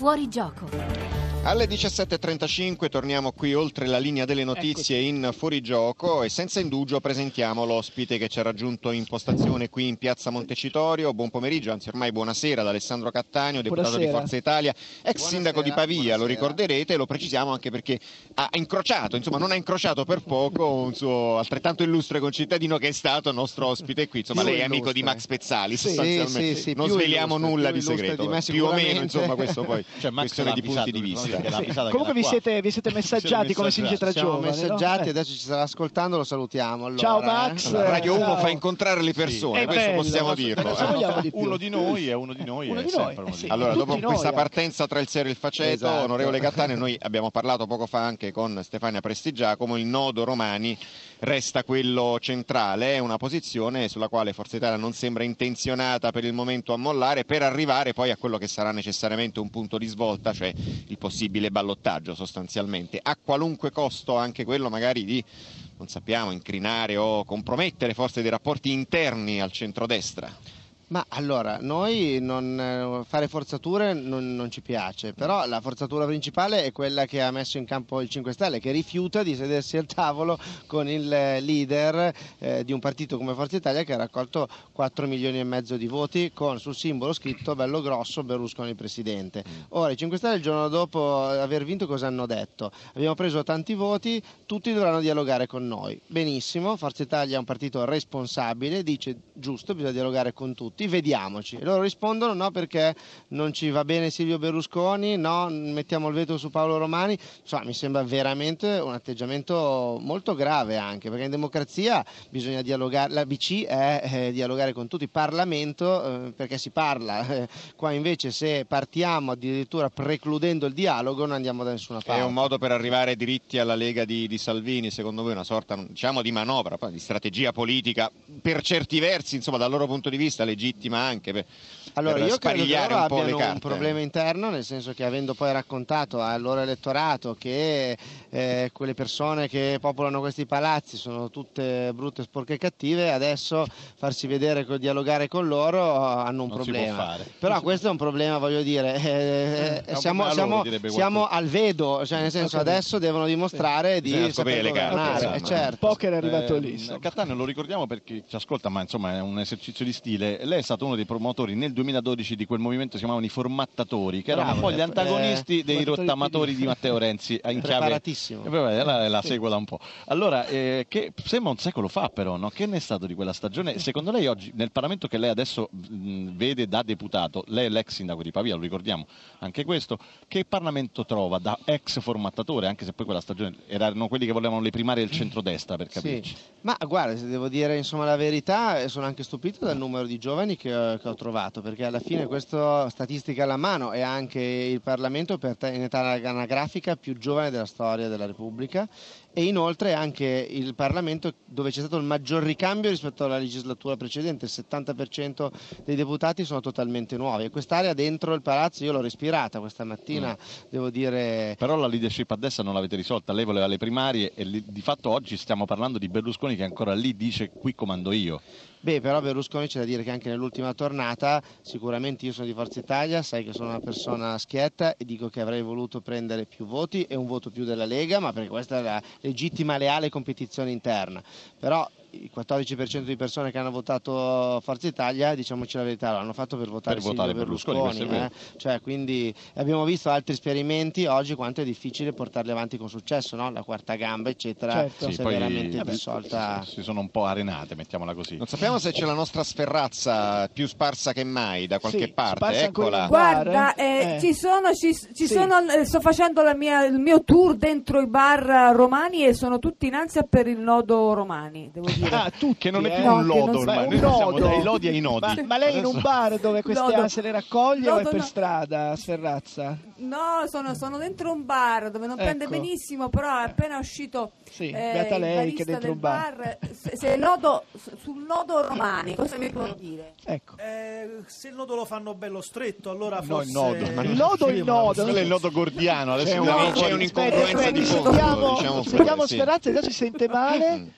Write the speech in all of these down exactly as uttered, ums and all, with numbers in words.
Fuori gioco. Alle diciassette e trentacinque torniamo qui oltre la linea delle notizie in fuorigioco e senza indugio presentiamo l'ospite che ci ha raggiunto in postazione qui in piazza Montecitorio. Buon pomeriggio, anzi ormai buonasera ad Alessandro Cattaneo, deputato buonasera. di Forza Italia, ex Buonasera, sindaco di Pavia, buonasera. Lo ricorderete e lo precisiamo anche perché ha incrociato, insomma non ha incrociato per poco un suo altrettanto illustre concittadino che è stato nostro ospite qui. Insomma, Più lei è illustre. amico di Max Pezzali, Sì, sostanzialmente. sì, sì, non più sveliamo illustre, nulla più di illustre segreto, di me, più o meno, sicuramente. insomma, questo poi cioè, Max questione di punti di avvisato, vista. che l'ha avvisata che Comunque vi era qua. siete, vi siete messaggiati come si dice tra Siamo giovani, messaggiati, no? adesso ci starà ascoltando, lo salutiamo. Allora, Ciao Max. eh. Allora, Radio Ciao. uno fa incontrare le persone, È questo bello, possiamo ma dirlo. cosa vogliamo di più? Uno di noi è uno di noi Uno è di sempre noi, uno eh di sì. noi. Allora, Tutti dopo noi, questa eh. partenza tra il sero e il faceto, Esatto. onorevole Cattaneo, noi abbiamo parlato poco fa anche con Stefania Prestigiacomo, il nodo Romani resta quello centrale, è una posizione sulla quale Forza Italia non sembra intenzionata per il momento a mollare, per arrivare poi a quello che sarà necessariamente un punto di svolta, cioè il possibile ballottaggio sostanzialmente, a qualunque costo, anche quello magari di, non sappiamo, incrinare o compromettere forse dei rapporti interni al centrodestra. Ma allora, noi non, eh, fare forzature non, non ci piace, però la forzatura principale è quella che ha messo in campo il cinque Stelle, che rifiuta di sedersi al tavolo con il eh, leader eh, di un partito come Forza Italia che ha raccolto quattro milioni e mezzo di voti con sul simbolo scritto bello grosso Berlusconi presidente. Ora i cinque Stelle il giorno dopo aver vinto cosa hanno detto? Abbiamo preso tanti voti, tutti dovranno dialogare con noi. Benissimo, Forza Italia è un partito responsabile, dice giusto, bisogna dialogare con tutti. Vediamoci. E loro rispondono no perché non ci va bene Silvio Berlusconi, no mettiamo il veto su Paolo Romani. Insomma, mi sembra veramente un atteggiamento molto grave, anche perché in democrazia bisogna dialogare, la B C è eh, dialogare con tutti, Parlamento eh, perché si parla, eh, qua invece se partiamo addirittura precludendo il dialogo non andiamo da nessuna parte. È un modo per arrivare diritti alla Lega di, di Salvini, secondo voi una sorta, diciamo, di manovra, poi di strategia politica per certi versi, insomma dal loro punto di vista legittima anche per, allora, per io credo che sparigliare loro un po' le abbiano carte. un problema interno, nel senso che avendo poi raccontato al loro elettorato che eh, quelle persone che popolano questi palazzi sono tutte brutte, sporche e cattive, adesso farsi vedere, dialogare con loro hanno un Non problema. si può fare. Però questo è un problema, voglio dire, eh, È un siamo, problema siamo, loro, direbbe siamo qualcuno. al vedo, cioè nel senso adesso devono dimostrare Bisogna di scoprire saper le carte, governare, insomma. eh, certo. Il poker è arrivato Eh, lì. insomma. Cattaneo lo ricordiamo perché ci ascolta, ma insomma è un esercizio di stile. Lei è stato uno dei promotori nel duemiladodici di quel movimento che si chiamavano i formattatori, che erano Bravo, poi gli eh, antagonisti eh, dei formattatori rottamatori P D. di Matteo Renzi in chiave. Preparatissimo. Eh, vabbè, la, la seguo da un po'. Allora, eh, che sembra un secolo fa però, no? Che ne è stato di quella stagione? Secondo lei oggi nel Parlamento che lei adesso mh, vede da deputato, lei è l'ex sindaco di Pavia, lo ricordiamo anche questo, che Parlamento trova da ex formattatore, anche se poi quella stagione erano quelli che volevano le primarie del centrodestra, per capirci? Sì. Ma guarda, se devo dire insomma la verità, eh, sono anche stupito dal numero di giovani che, ho- che ho trovato, perché alla fine questa statistica alla mano è anche il Parlamento per te- in età anagrafica più giovane della storia della Repubblica e inoltre anche il Parlamento dove c'è stato il maggior ricambio rispetto alla legislatura precedente, il settanta per cento dei deputati sono totalmente nuovi e quest'area dentro il palazzo io l'ho respirata questa mattina, mm. devo dire. Però la leadership a destra non l'avete risolta, lei voleva le primarie e li, di fatto oggi stiamo parlando di Berlusconi che ancora lì dice qui comando io. Beh, però Berlusconi c'è da dire che anche nell'ultima tornata sicuramente io sono di Forza Italia, sai che sono una persona schietta e dico che avrei voluto prendere più voti e un voto più della Lega, ma perché questa è la legittima leale competizione interna. Però il quattordici per cento di persone che hanno votato Forza Italia, diciamoci la verità, l'hanno fatto per votare Per Silvio votare Berlusconi, Berlusconi, questo è eh? Cioè, quindi abbiamo visto altri esperimenti oggi quanto è difficile portarli avanti con successo, no? La quarta gamba eccetera, Certo. si Sì, è poi veramente vabbè, dissolta. si sono un po' arenate, mettiamola così. Non sappiamo se c'è la nostra Sferrazza più sparsa che mai da qualche Sì, parte, sparsa ancora eccola. in Guarda, bar, eh, eh. ci sono, ci, ci Sì. sono, eh, sto facendo la mia, il mio tour dentro i bar romani e sono tutti in ansia per il nodo Romani, devo dire. Ah, tutti, Che non è eh? più No, un che lodo non si- ormai, un noi passiamo nodo. dai lodi ai nodi. Ma, ma lei in un bar dove queste Lodo. ansie le raccoglie o è Lodo per no. strada, Sferrazza? No, sono, sono dentro un bar dove non prende Ecco. benissimo, però è appena uscito Sì, eh, beata il lei barista che dentro del un bar. se, se il nodo, sul nodo Romani, cosa mi può dire? Ecco. Eh, se il nodo lo fanno bello stretto, allora No, forse il nodo. Ma il nodo o il nodo? Quello è il nodo gordiano, adesso C'è, andiamo un, c'è fuori. un'incongruenza Aspetta, di aspetta, fondo, sentiamo, diciamo pure, sentiamo sì. Sferrazza, già si sente male.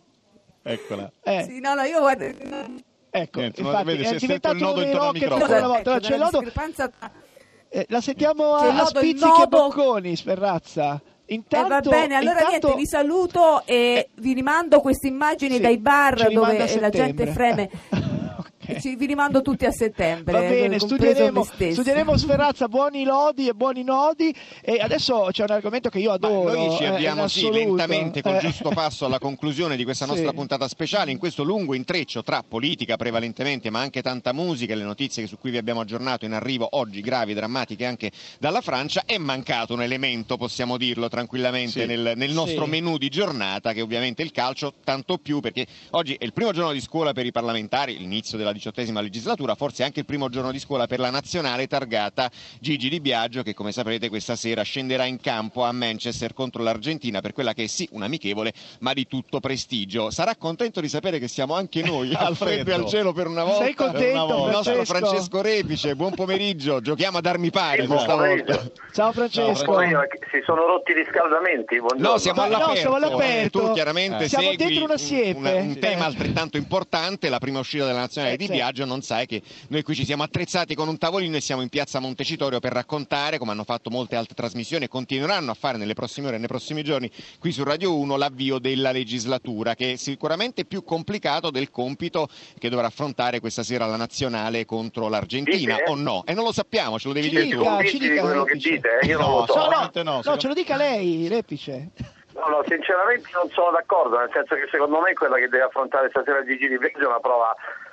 Eccola. Eh, Sì, no, no, io guardo. ecco, Niente, ma infatti vede, si è è stretto diventato il nodo dei intorno al rocket microfono. una volta. Ecco, C'è il la nodo. discrepanza tra, Eh, la sentiamo Che a, a nodo, il spizzichi e nodo. bocconi, Sferrazza. Intanto, Eh, va bene, allora intanto- niente, vi saluto e Eh, vi rimando queste immagini sì, dai ci bar rimanda dove a la gente settembre. freme. Ok. Ci- vi rimando tutti a settembre. Va bene, compreso studieremo, me stessa. studieremo Sferrazza, buoni lodi e buoni nodi. E adesso c'è un argomento che io Ma adoro. noi ci eh, avviamo in sì, assoluto. lentamente col Eh, giusto passo alla conclusione di questa sì. nostra puntata speciale, in questo lungo intreccio tra politica prevalentemente ma anche tanta musica e le notizie su cui vi abbiamo aggiornato in arrivo oggi gravi, drammatiche anche dalla Francia. È mancato un elemento, possiamo dirlo tranquillamente, Sì. nel, nel nostro Sì. menù di giornata, che ovviamente è il calcio, tanto più perché oggi è il primo giorno di scuola per i parlamentari, l'inizio della diciottesima legislatura, forse anche il primo giorno di scuola per la nazionale targata Gigi Di Biagio, che come saprete questa sera scenderà in campo a Manchester contro l'Argentina per quella che è sì un amichevole ma di tutto prestigio. Sarà contento di sapere che siamo anche noi al freddo e al cielo per una volta. Sei contento, Per una volta. Il nostro Francesco? Francesco Repice, buon pomeriggio, giochiamo ad armi pari Sì, questa buon volta. pomeriggio. Ciao Francesco. Ciao, Io- Si sono rotti i riscaldamenti? Buongiorno. No, siamo Ma no, all'aperto. siamo all'aperto. Eh, Tu chiaramente Eh. Siamo segui dentro una siepe. un, un Sì. tema altrettanto importante, la prima uscita della nazionale Eh, di sì. Biagio. Non sai che noi qui ci siamo attrezzati con un tavolino e siamo in piazza Montecitorio per raccontare, come hanno fatto molte altre trasmissioni e continueranno a fare nelle prossime ore e nei prossimi giorni qui su Radio uno, l'avvio della legislatura, che è sicuramente più complicato del compito che dovrà affrontare questa sera la nazionale contro l'Argentina, Dite? o no? E non lo sappiamo, ce lo devi Ci dire Siete tu. dica, convinti ci dica, di quello che Repice. dite? Io non No, lo so. No, no, Assolutamente no, no, secondo- ce lo dica lei, Repice. No, no, sinceramente non sono d'accordo, nel senso che secondo me quella che deve affrontare stasera Gigi Di Biagio è una prova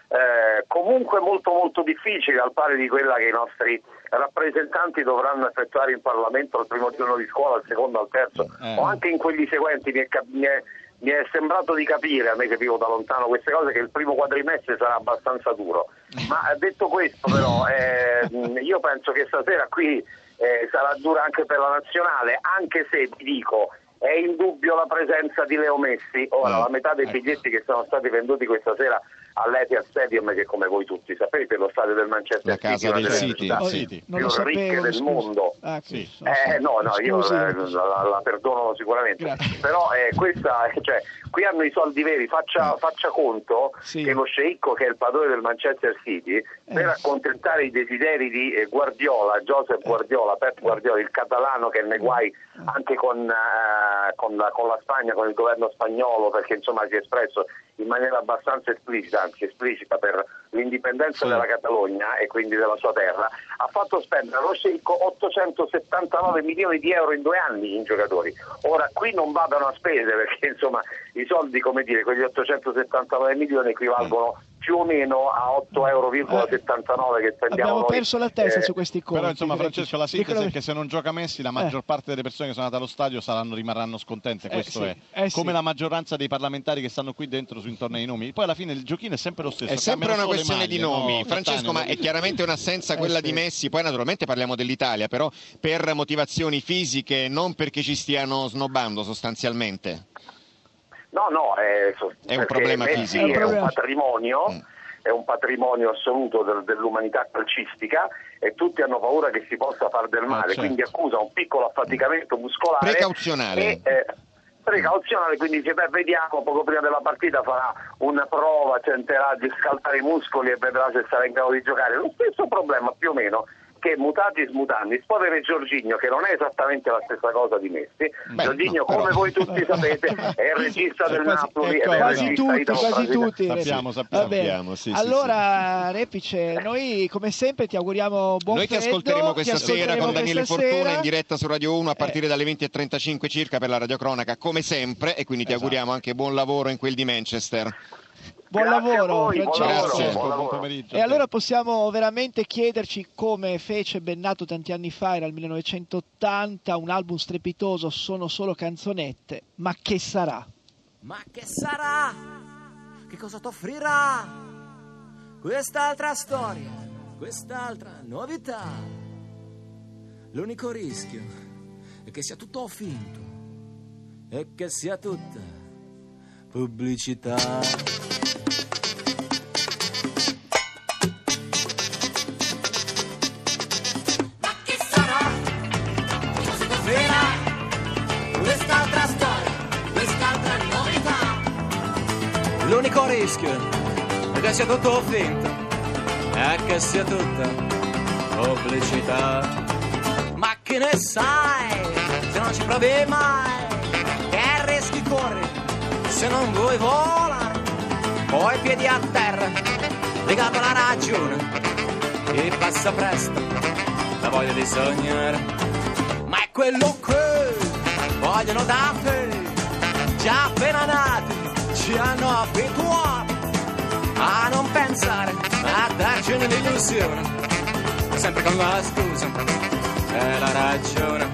eh, comunque molto molto difficile, al pari di quella che i nostri rappresentanti dovranno effettuare in Parlamento al primo giorno di scuola, al secondo, al terzo, Eh. o anche in quelli seguenti. Mi è, cap- mi è- mi è sembrato di capire, a me che vivo da lontano queste cose, che il primo quadrimestre sarà abbastanza duro. Ma detto questo però, eh, io penso che stasera qui eh, sarà dura anche per la nazionale, anche se vi dico è indubbio la presenza di Leo Messi. Ora, Mm, la metà dei ecco. biglietti che sono stati venduti questa sera all'Etihad Stadium, che come voi tutti sapete è lo stadio del Manchester La casa City, una del delle City, città Oh, City. non lo più ricche sapevo, del scusi. mondo. Ah, che- Sì. so, Eh no, no, io scusi, eh, Repice. la, la perdono sicuramente. Grazie. Però eh, questa, eh, cioè, qui hanno i soldi veri, faccia, faccia conto Sì. che lo sceicco, che è il padrone del Manchester City, per accontentare i desideri di eh, Guardiola, Josep Guardiola, Pep Guardiola, il catalano che è nei guai anche con, eh, con, la, con la Spagna, con il governo spagnolo, perché insomma si è espresso in maniera abbastanza esplicita, anzi esplicita, per l'indipendenza Sì. della Catalogna e quindi della sua terra, ha fatto spendere allo sceicco ottocentosettantanove milioni di euro in due anni in giocatori. Ora qui non vadano a spese, perché insomma i soldi, come dire, quegli ottocentosettantanove milioni equivalgono più o meno a otto virgola settantanove euro che spendiamo Abbiamo noi. perso la testa Eh, su questi conti. Però insomma Repice. Francesco, la sintesi Diccolo- è che se non gioca Messi la maggior parte delle persone che sono andate allo stadio saranno, rimarranno scontente, Eh, questo sì, è eh, sì. come la maggioranza dei parlamentari che stanno qui dentro su intorno ai nomi. Poi alla fine il giochino è sempre lo stesso, È sempre cambiano una solo le questione di maglie, nomi, no, Francesco, Cattaneo, ma è chiaramente un'assenza Eh, quella sì. di Messi. Poi naturalmente parliamo dell'Italia, però per motivazioni fisiche, non perché ci stiano snobbando sostanzialmente. No, no, è, so- È un perché problema Messi fisico. È un È un problema- patrimonio, Mm. è un patrimonio assoluto del- dell'umanità calcistica e tutti hanno paura che si possa far del male, certo. quindi accusa un piccolo affaticamento muscolare. Precauzionale. E, eh, precauzionale, quindi dice, beh, vediamo, poco prima della partita farà una prova, tenterà di scaldare i muscoli e vedrà se sarà in grado di giocare. Lo stesso problema più o meno che mutatis mutandis può avere Jorginho, che non è esattamente la stessa cosa di Messi. Beh, Jorginho, no, però- come voi tutti sapete, è il regista del Quasi- Napoli ecco, ed è il Quasi regista tutti, italo quasi brasiliano. tutti. Sappiamo, Repice. sappiamo. Va bene. Sappiamo, sì, sì, allora, Repice, noi come sempre ti auguriamo buon Noi ti freddo, ascolteremo questa ti sera ascolteremo con Daniele questa Fortuna sera. in diretta su Radio uno a partire dalle venti e trentacinque circa per la radiocronaca, come sempre, e quindi ti Esatto. auguriamo anche buon lavoro in quel di Manchester. Buon Grazie a lavoro, voi, buon Francesco. lavoro, Grazie. buon Buon lavoro. pomeriggio. E allora possiamo veramente chiederci come fece Bennato tanti anni fa, era il millenovecentottanta, un album strepitoso, sono solo canzonette, ma che sarà? Ma che sarà? Che cosa t'offrirà? Quest'altra storia, quest'altra novità. L'unico rischio è che sia tutto finto e che sia tutta pubblicità. Ma che sarà? Che cosa t'offrirà? Quest'altra storia, quest'altra novità. L'unico rischio è che sia tutto finto e che sia tutta pubblicità. che ne sai, se non ci provi mai, che rischi corri, se non vuoi volare, poi piedi a terra, legato alla ragione, e passa presto la voglia di sognare, ma è quello che vogliono da te, già appena nati, ci hanno abituato a non pensare, a darci un'illusione, sempre con la scusa e la ragione.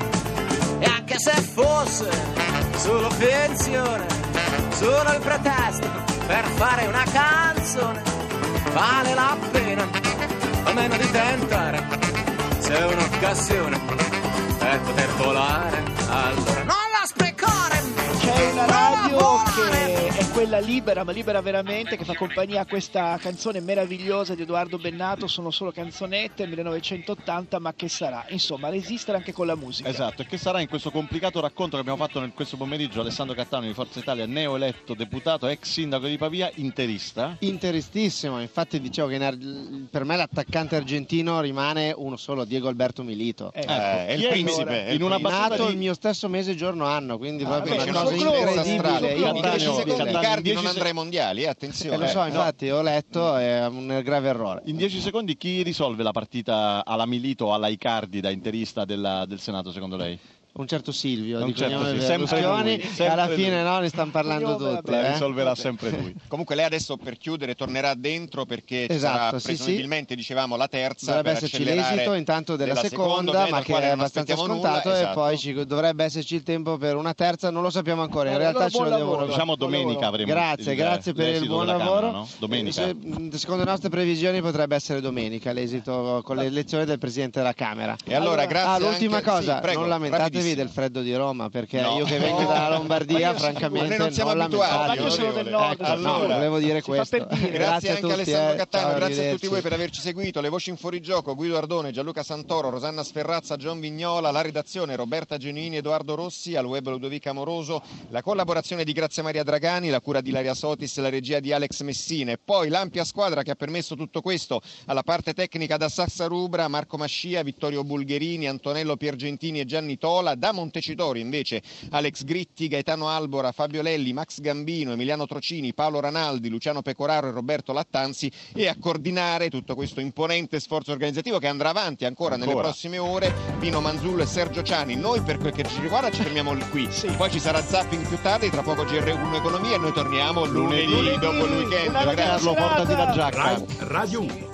E anche se fosse solo finzione, solo il pretesto per fare una canzone, vale la pena almeno di tentare, se è un'occasione per poter volare, allora non la sprecare. C'è una radio che è quella libera, ma libera veramente, che fa compagnia a questa canzone meravigliosa di Edoardo Bennato, Sono solo canzonette, millenovecentottanta, ma che sarà? Insomma, resistere anche con la musica. Esatto, e che sarà in questo complicato racconto che abbiamo fatto in questo pomeriggio Alessandro Cattaneo di Forza Italia, neoeletto deputato, ex sindaco di Pavia, interista. Interistissimo, infatti dicevo che ar- per me l'attaccante argentino rimane uno solo, Diego Alberto Milito. Ecco, Eh, è il chi è principe, è il in una principe. battuta Nato di- il mio stesso mese giorno anno, quindi proprio beh, una c'è cosa un clone, incredibile. strano. In dieci Cattaneo- secondi Cattaneo- Icardi in non dieci andrà ai mondiali, eh, attenzione. Eh, lo so, Eh, no. infatti ho letto, è un grave errore. In dieci secondi chi risolve la partita alla Milito o alla Icardi da interista della- del Senato secondo lei? Un certo Silvio Un di certo cognome sì, sempre Berlusconi, lui, e sempre alla lui. fine no, ne stanno parlando Cognome, tutti. vabbè, La eh. risolverà sempre lui. Comunque lei adesso per chiudere tornerà dentro perché ci Esatto, sarà sì, presumibilmente dicevamo la terza Dovrebbe per esserci accelerare l'esito intanto della, della seconda, bene, ma dal che quale è non abbastanza aspettiamo scontato, nulla, e esatto. poi ci dovrebbe esserci il tempo per una terza, non lo sappiamo ancora, in Eh, realtà allora ce lo buon devono. lavoro. Diciamo Buon domenica lavoro. avremo Grazie, il- grazie per il l'esito buon della lavoro. Camera, no? Domenica. Eh, se- secondo le nostre previsioni potrebbe essere domenica l'esito con l'elezione del Presidente della Camera. E allora, grazie Ah, l'ultima anche- cosa, sì, prego, non lamentatevi rapidissimo. del freddo di Roma, perché No. io che vengo No. dalla Lombardia, Ma io francamente Ma noi non siamo non abituati, lamentatevi. Ma io sono del nord, Ecco, allora, no, volevo dire si fa questo. per dire. Grazie, Grazie a anche tutti, Alessandro eh. Cattaneo, Ciao, grazie a tutti arrivederci. voi per averci seguito. Le voci in fuorigioco: Guido Ardone, Gianluca Santoro, Rosanna Sferrazza, Gian Vignola, la redazione Roberta Genini, Edoardo Rossi, al web Ludovica Amoroso, la collaborazione di Grazia Maria Dragani, la cura di Ilaria Sotis, la regia di Alex Messina, e poi l'ampia squadra che ha permesso tutto questo, alla parte tecnica da Sassa Rubra, Marco Mascia, Vittorio Bulgherini, Antonello Piergentini e Gianni Tola, da Montecitorio invece Alex Gritti, Gaetano Albora, Fabio Lelli, Max Gambino, Emiliano Trocini, Paolo Ranaldi, Luciano Pecoraro e Roberto Lattanzi, e a coordinare tutto questo imponente sforzo organizzativo che andrà avanti ancora, Ancora. nelle prossime ore, Pino Manzullo e Sergio Ciani. Noi per quel che ci riguarda ci fermiamo qui, poi ci sarà zapping più tardi, tra poco G R uno Economia e noi torniamo lunedì, Lunedì. dopo il weekend. Una Grazie. Carlo, portati la giacca. Rai Radio uno.